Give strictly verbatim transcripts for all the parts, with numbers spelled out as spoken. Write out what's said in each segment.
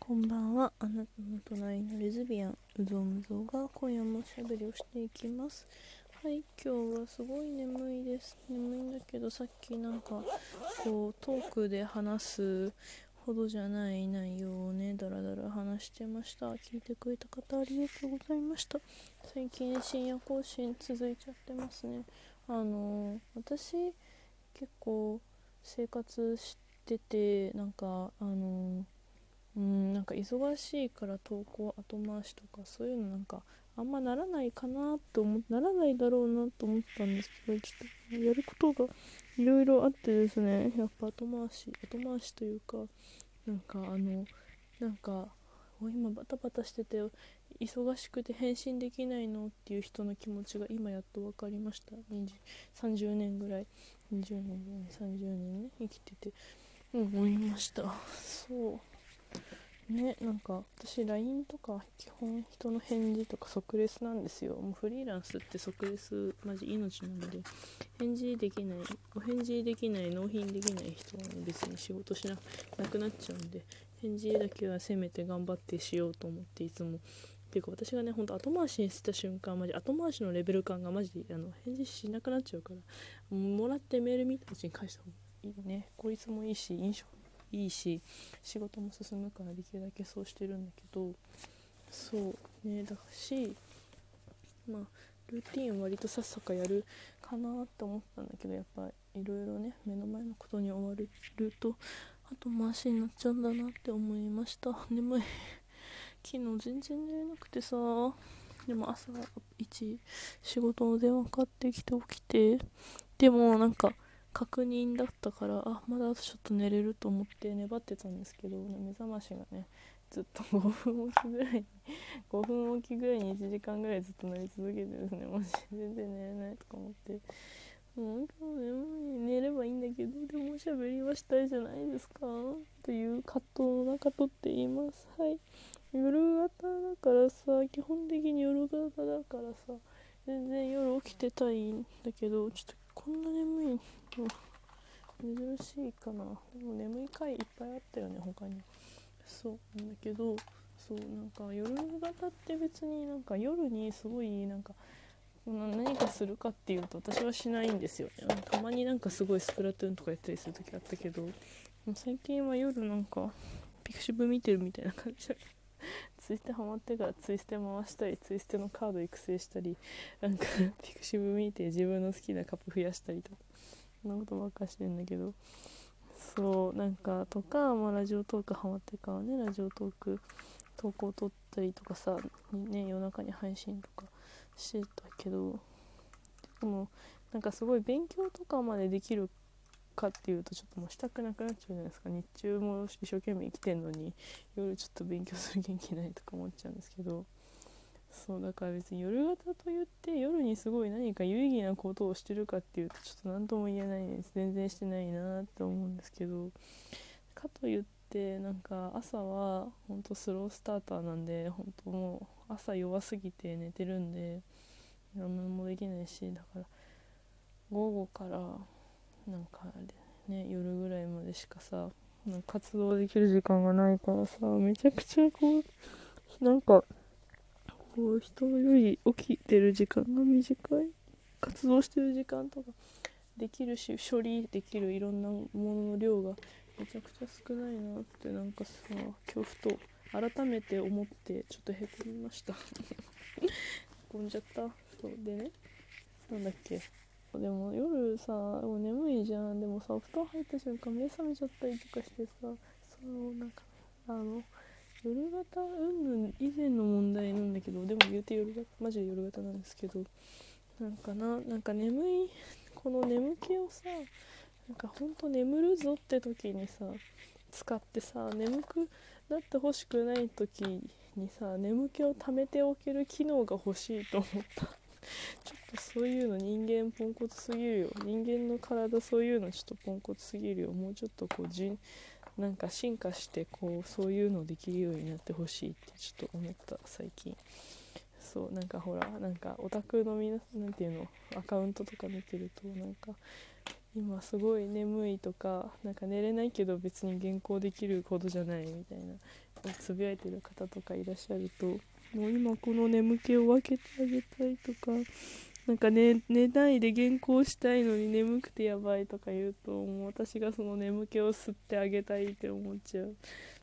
こんばんは。あなたの隣のレズビアンうぞうむぞうが今夜もおしゃべりをしていきます。はい、今日はすごい眠いです。眠いんだけど、さっきなんかこうトークで話すほどじゃない内容をね、だらだら話してました。聞いてくれた方ありがとうございました。最近深夜更新続いちゃってますね。あのー、私結構生活してて、なんかあのーうん、なんか忙しいから投稿後回しとかそういうのなんかあんまならないかなと思ならないだろうなと思ったんですけど、ちょっとやることがいろいろあってですね、やっぱ後回し後回しというか、なんかあのなんか今バタバタしてて忙しくて返信できないのっていう人の気持ちが今やっと分かりました。にじゅう さんじゅうねんぐらいにじゅうねんぐらいさんじゅうねんね生きてて思いました。そうね、なんか私 ライン とか基本人の返事とか即レスなんですよ。もうフリーランスって即レスマジ命なので、返事できないお返事できない納品できない人は、ね、別に仕事しななくなっちゃうんで、返事だけはせめて頑張ってしようと思っていつもっていうか、私がねほんと後回しにした瞬間マジ後回しのレベル感がマジあの返事しなくなっちゃうから、もらってメール見たうちに返した方がいいね。効率もいいし印象いいし仕事も進むからできるだけそうしてるんだけど、そうねだし、まあルーティン割とさっさかやるかなって思ったんだけど、やっぱいろいろね目の前のことに追われると後回しになっちゃうんだなって思いました。眠い昨日全然寝れなくてさ、でも朝いち仕事の電話かかってきて起きて、でもなんか確認だったから、あまだあとちょっと寝れると思って粘ってたんですけど、目覚ましがねずっとごふんおきぐらいにごふんおきぐらいにいちじかんぐらいずっと鳴り続けてですね、もし全然寝れないとか思って、もう今日眠い寝ればいいんだけど、でもおしゃべりはしたいじゃないですかという葛藤の中とって言います。はい、夜型だからさ、基本的に夜型だからさ、全然夜起きてたいんだけど、ちょっとこんな眠いの珍しいかな。でも眠い回いっぱいあったよね他に。そうなんだけど、そうなんか夜型って別になんか夜にすごいなんか何かするかっていうと私はしないんですよね。たまになんかすごいスプラトゥーンとかやったりする時あったけど、最近は夜なんかピクシブ見てるみたいな感じでツイステハマってからツイステ回したり、ツイステのカード育成したり、なんかピクシブ見て自分の好きなカップ増やしたりとか、そんなことばっかしてんだけど、そうなんかとか、まあ、ラジオトークハマってからね、ラジオトーク投稿撮ったりとかさ、ね、夜中に配信とかしてたけど、でもなんかすごい勉強とかまでできるかっていうとちょっともうしたくなくなっちゃうじゃないですか。日中も一生懸命生きてんのに夜ちょっと勉強する元気ないとか思っちゃうんですけど、そうだから別に夜型と言って夜にすごい何か有意義なことをしてるかっていうとちょっと何とも言えないです。全然してないなって思うんですけど、かといってなんか朝はほんとスロースターターなんで、ほんともう朝弱すぎて寝てるんで何もできないし、だから午後からなんかね夜ぐらいまでしかさなんか活動できる時間がないからさ、めちゃくちゃこうなんかこう人より起きてる時間が短い、活動してる時間とかできるし処理できるいろんなものの量がめちゃくちゃ少ないなってなんかさ恐怖と改めて思ってちょっとへこみましたへこんじゃった。そうでね、なんだっけ、でも夜さもう眠いじゃん。でもさ布団入った瞬間目覚めちゃったりとかしてさ、そうなんかあの夜型うんぬん以前の問題なんだけど、でも言うて夜型マジで夜型なんですけど、なんかななんか眠いこの眠気をさ、なんかほんと眠るぞって時にさ使ってさ、眠くなってほしくない時にさ眠気を溜めておける機能が欲しいと思ったちょっとそういうの人間ポンコツすぎるよ。人間の体そういうのちょっとポンコツすぎるよ。もうちょっとこうじなんか進化してこうそういうのできるようになってほしいってちょっと思った最近。そうなんかほらなんかオタクの皆さんなんていうのアカウントとか見てるとなんか今すごい眠いとかなんか寝れないけど別に原稿できるほどじゃないみたいなつぶやいてる方とかいらっしゃると、もう今この眠気を分けてあげたいとか、なんか、ね、寝ないで原稿したいのに眠くてやばいとか言うと、もう私がその眠気を吸ってあげたいって思っちゃう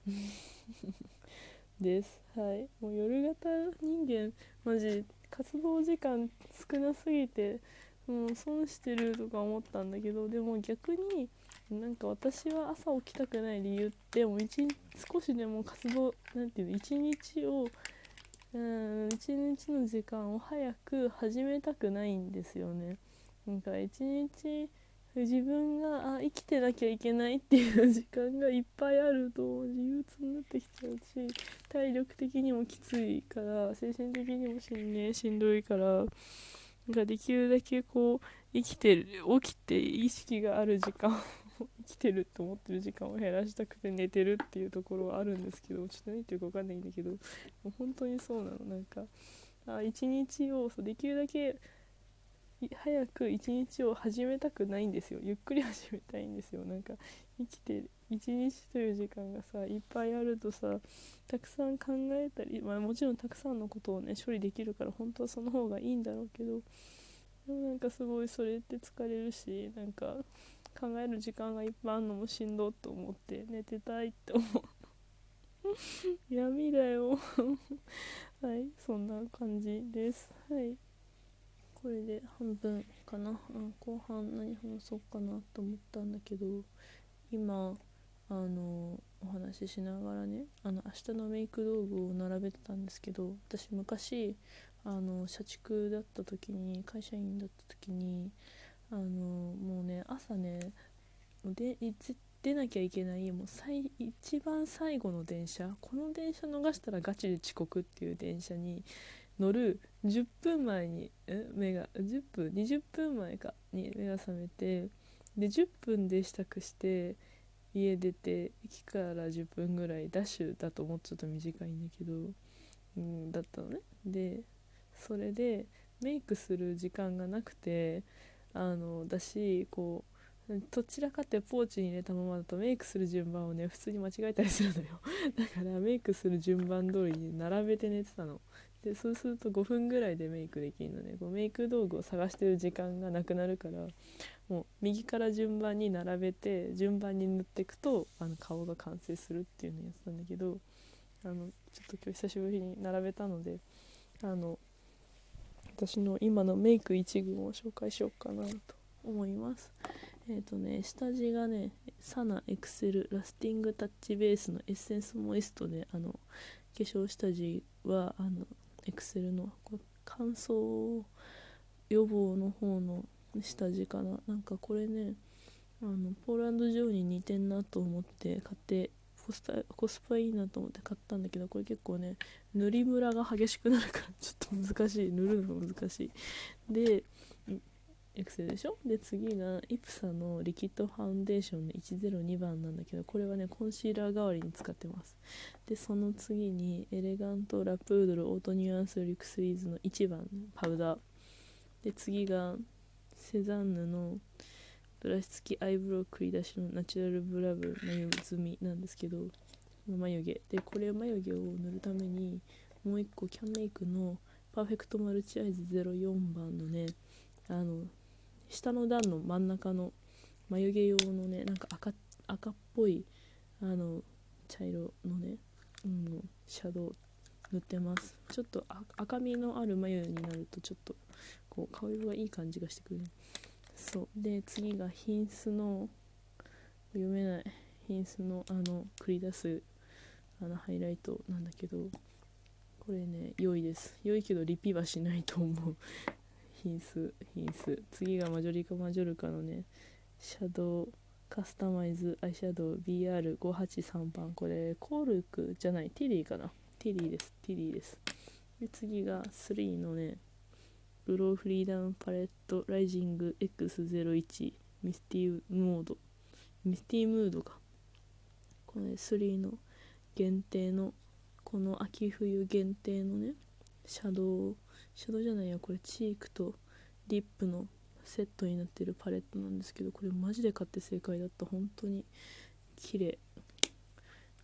です。はい。もう夜型人間マジ活動時間少なすぎてもう損してるとか思ったんだけど、でも逆になんか私は朝起きたくない理由ってもう一日少しでも活動なんていうの一日をうん一日の時間を早く始めたくないんですよね。なんか一日自分があ生きてなきゃいけないっていう時間がいっぱいあると憂鬱になってきちゃうし、体力的にもきついから精神的にもしん,、ね、しんどいから、なんかできるだけこう生きてる起きて意識がある時間生きてるって思ってる時間を減らしたくて寝てるっていうところはあるんですけど、ちょっと何言ってるか分かんないんだけど、もう本当にそうなの。なんかあ一日をそうできるだけ早く一日を始めたくないんですよ。ゆっくり始めたいんですよ。なんか生きてる一日という時間がさいっぱいあるとさ、たくさん考えたり、まあもちろんたくさんのことをね処理できるから本当はその方がいいんだろうけど、でもなんかすごいそれって疲れるし、なんか考える時間がいっぱいあるのもしんどと思って寝てたいって思う闇だよはい、そんな感じです。はい、これで半分かな。後半何話そうかなと思ったんだけど、今あのお話ししながらね、あの明日のメイク道具を並べてたんですけど、私昔あの社畜だった時に会社員だった時にあのもうね朝ねで出なきゃいけないもう最一番最後の電車、この電車逃したらガチで遅刻っていう電車に乗るじゅっぷんまえにえ目がじゅっぷんにじゅっぷんまえかに目が覚めて、でじゅっぷんで支度して家出て、駅からじゅっぷんぐらいダッシュだともうちょっと短いんだけど、うん、だったのね。でそれでメイクする時間がなくて、あのだしこうどちらかってポーチに入れたままだとメイクする順番をね普通に間違えたりするのよだからメイクする順番通りに並べて寝てたの。でそうするとごふんぐらいでメイクできるのね。こうメイク道具を探してる時間がなくなるから、もう右から順番に並べて順番に塗っていくとあの顔が完成するっていうのをやってたんだけど、あのちょっと今日久しぶりに並べたので、あの私の今のメイク一群を紹介しようかなと思います。えっ、ー、とね下地がねサナエクセルラスティングタッチベースのエッセンスモイストで、あの化粧下地はあのエクセルの乾燥予防の方の下地かな。なんかこれねあのポーランドジョーに似てんなと思って買って、コスタコスパいいなと思って買ったんだけど、これ結構ね塗りムラが激しくなるからちょっと難しい、塗るのが難しい。でエクセルでしょ。で次がイプサのリキッドファウンデーションのいちゼロにばんなんだけど、これはねコンシーラー代わりに使ってます。でその次にエレガントラプードルオートニュアンスリュクスリーズのいちばんパウダーで、次がセザンヌのブラシ付きアイブロウ繰り出しのナチュラルブラブ眉積みなんですけど、眉毛でこれ眉毛を塗るためにもう一個キャンメイクのパーフェクトマルチアイズゼロよんばんのね、あの下の段の真ん中の眉毛用のねなんか 赤, 赤っぽいあの茶色のね、うん、シャドウ塗ってます。ちょっと赤みのある眉になるとちょっとこう顔色がいい感じがしてくるね。そうで次が品質の読めない品質のあの繰り出すあのハイライトなんだけど、これね良いです。良いけどリピはしないと思う品質品質。次がマジョリカマジョルカのねシャドウカスタマイズアイシャドウ ビーアールごはちさん 番、これコルクじゃないティリーかな、ティリーですティリーです。で次がスリーのねブローフリーダウンパレットライジング エックスゼロいち ミスティモードミスティムードか、これスリーの限定のこの秋冬限定のねシャドウシャドウじゃないやこれチークとリップのセットになってるパレットなんですけど、これマジで買って正解だった。本当に綺麗。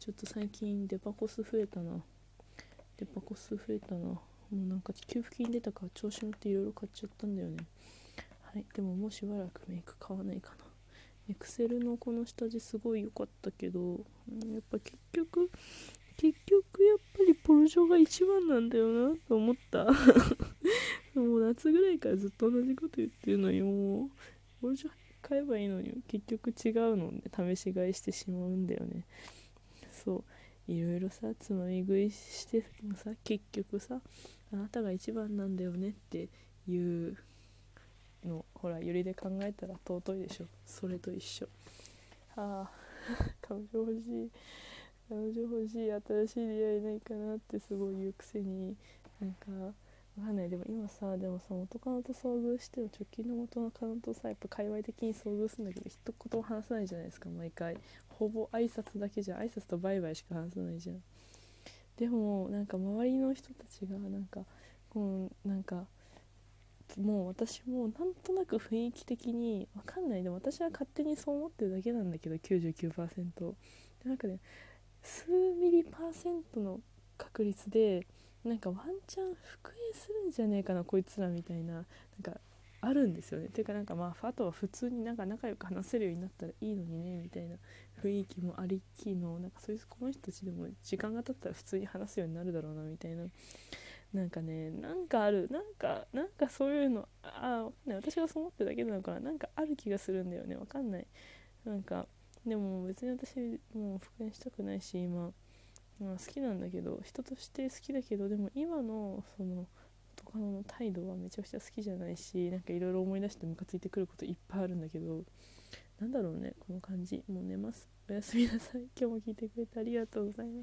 ちょっと最近デパコス増えたなデパコス増えたなもうなんか給付金出たから調子乗っていろいろ買っちゃったんだよね。はい、でももうしばらくメイク買わないかな。エクセルのこの下地すごい良かったけど、うん、やっぱ結局結局やっぱりポルショが一番なんだよなと思ったもう夏ぐらいからずっと同じこと言ってるのよ。もうポルショ買えばいいのに結局違うので試し買いしてしまうんだよね。そういろいろさつまみ食いしてもさ結局さあなたが一番なんだよねっていうのほらゆりで考えたら尊いでしょ。それと一緒。はあ彼女欲しい彼女欲しい新しい出会いないかなってすごい言うくせになんかわかんない。でも今さでもさ元カノと遭遇しても直近の元カノとさやっぱ界隈的に遭遇するんだけど一言も話さないじゃないですか。毎回ほぼ挨拶だけじゃん。挨拶とバイバイしか話さないじゃん。でもなんか周りの人たちがなんかこうなんかもう私もなんとなく雰囲気的にわかんない。でも私は勝手にそう思ってるだけなんだけど きゅうじゅうきゅうパーセント でなんかね数ミリパーセントの確率でなんかワンチャン復縁するんじゃねえかなこいつらみたいななんかあるんですよね。ていうかなんかまああとは普通になんか仲良く話せるようになったらいいのにねみたいな雰囲気もありきのなんかそういうこの人たちでも時間が経ったら普通に話すようになるだろうなみたいななんかねなんかあるなんかなんかそういうのああ、ね、私がそう思ってるだけなのかな。なんかある気がするんだよね。わかんない。なんかでも別に私もう復縁したくないし今、まあ、好きなんだけど人として好きだけどでも今のその元カノの態度はめちゃくちゃ好きじゃないしなんかいろいろ思い出してムカついてくることいっぱいあるんだけどなんだろうねこの感じ。もう寝ます。おやすみなさい。今日も聞いてくれてありがとうございました。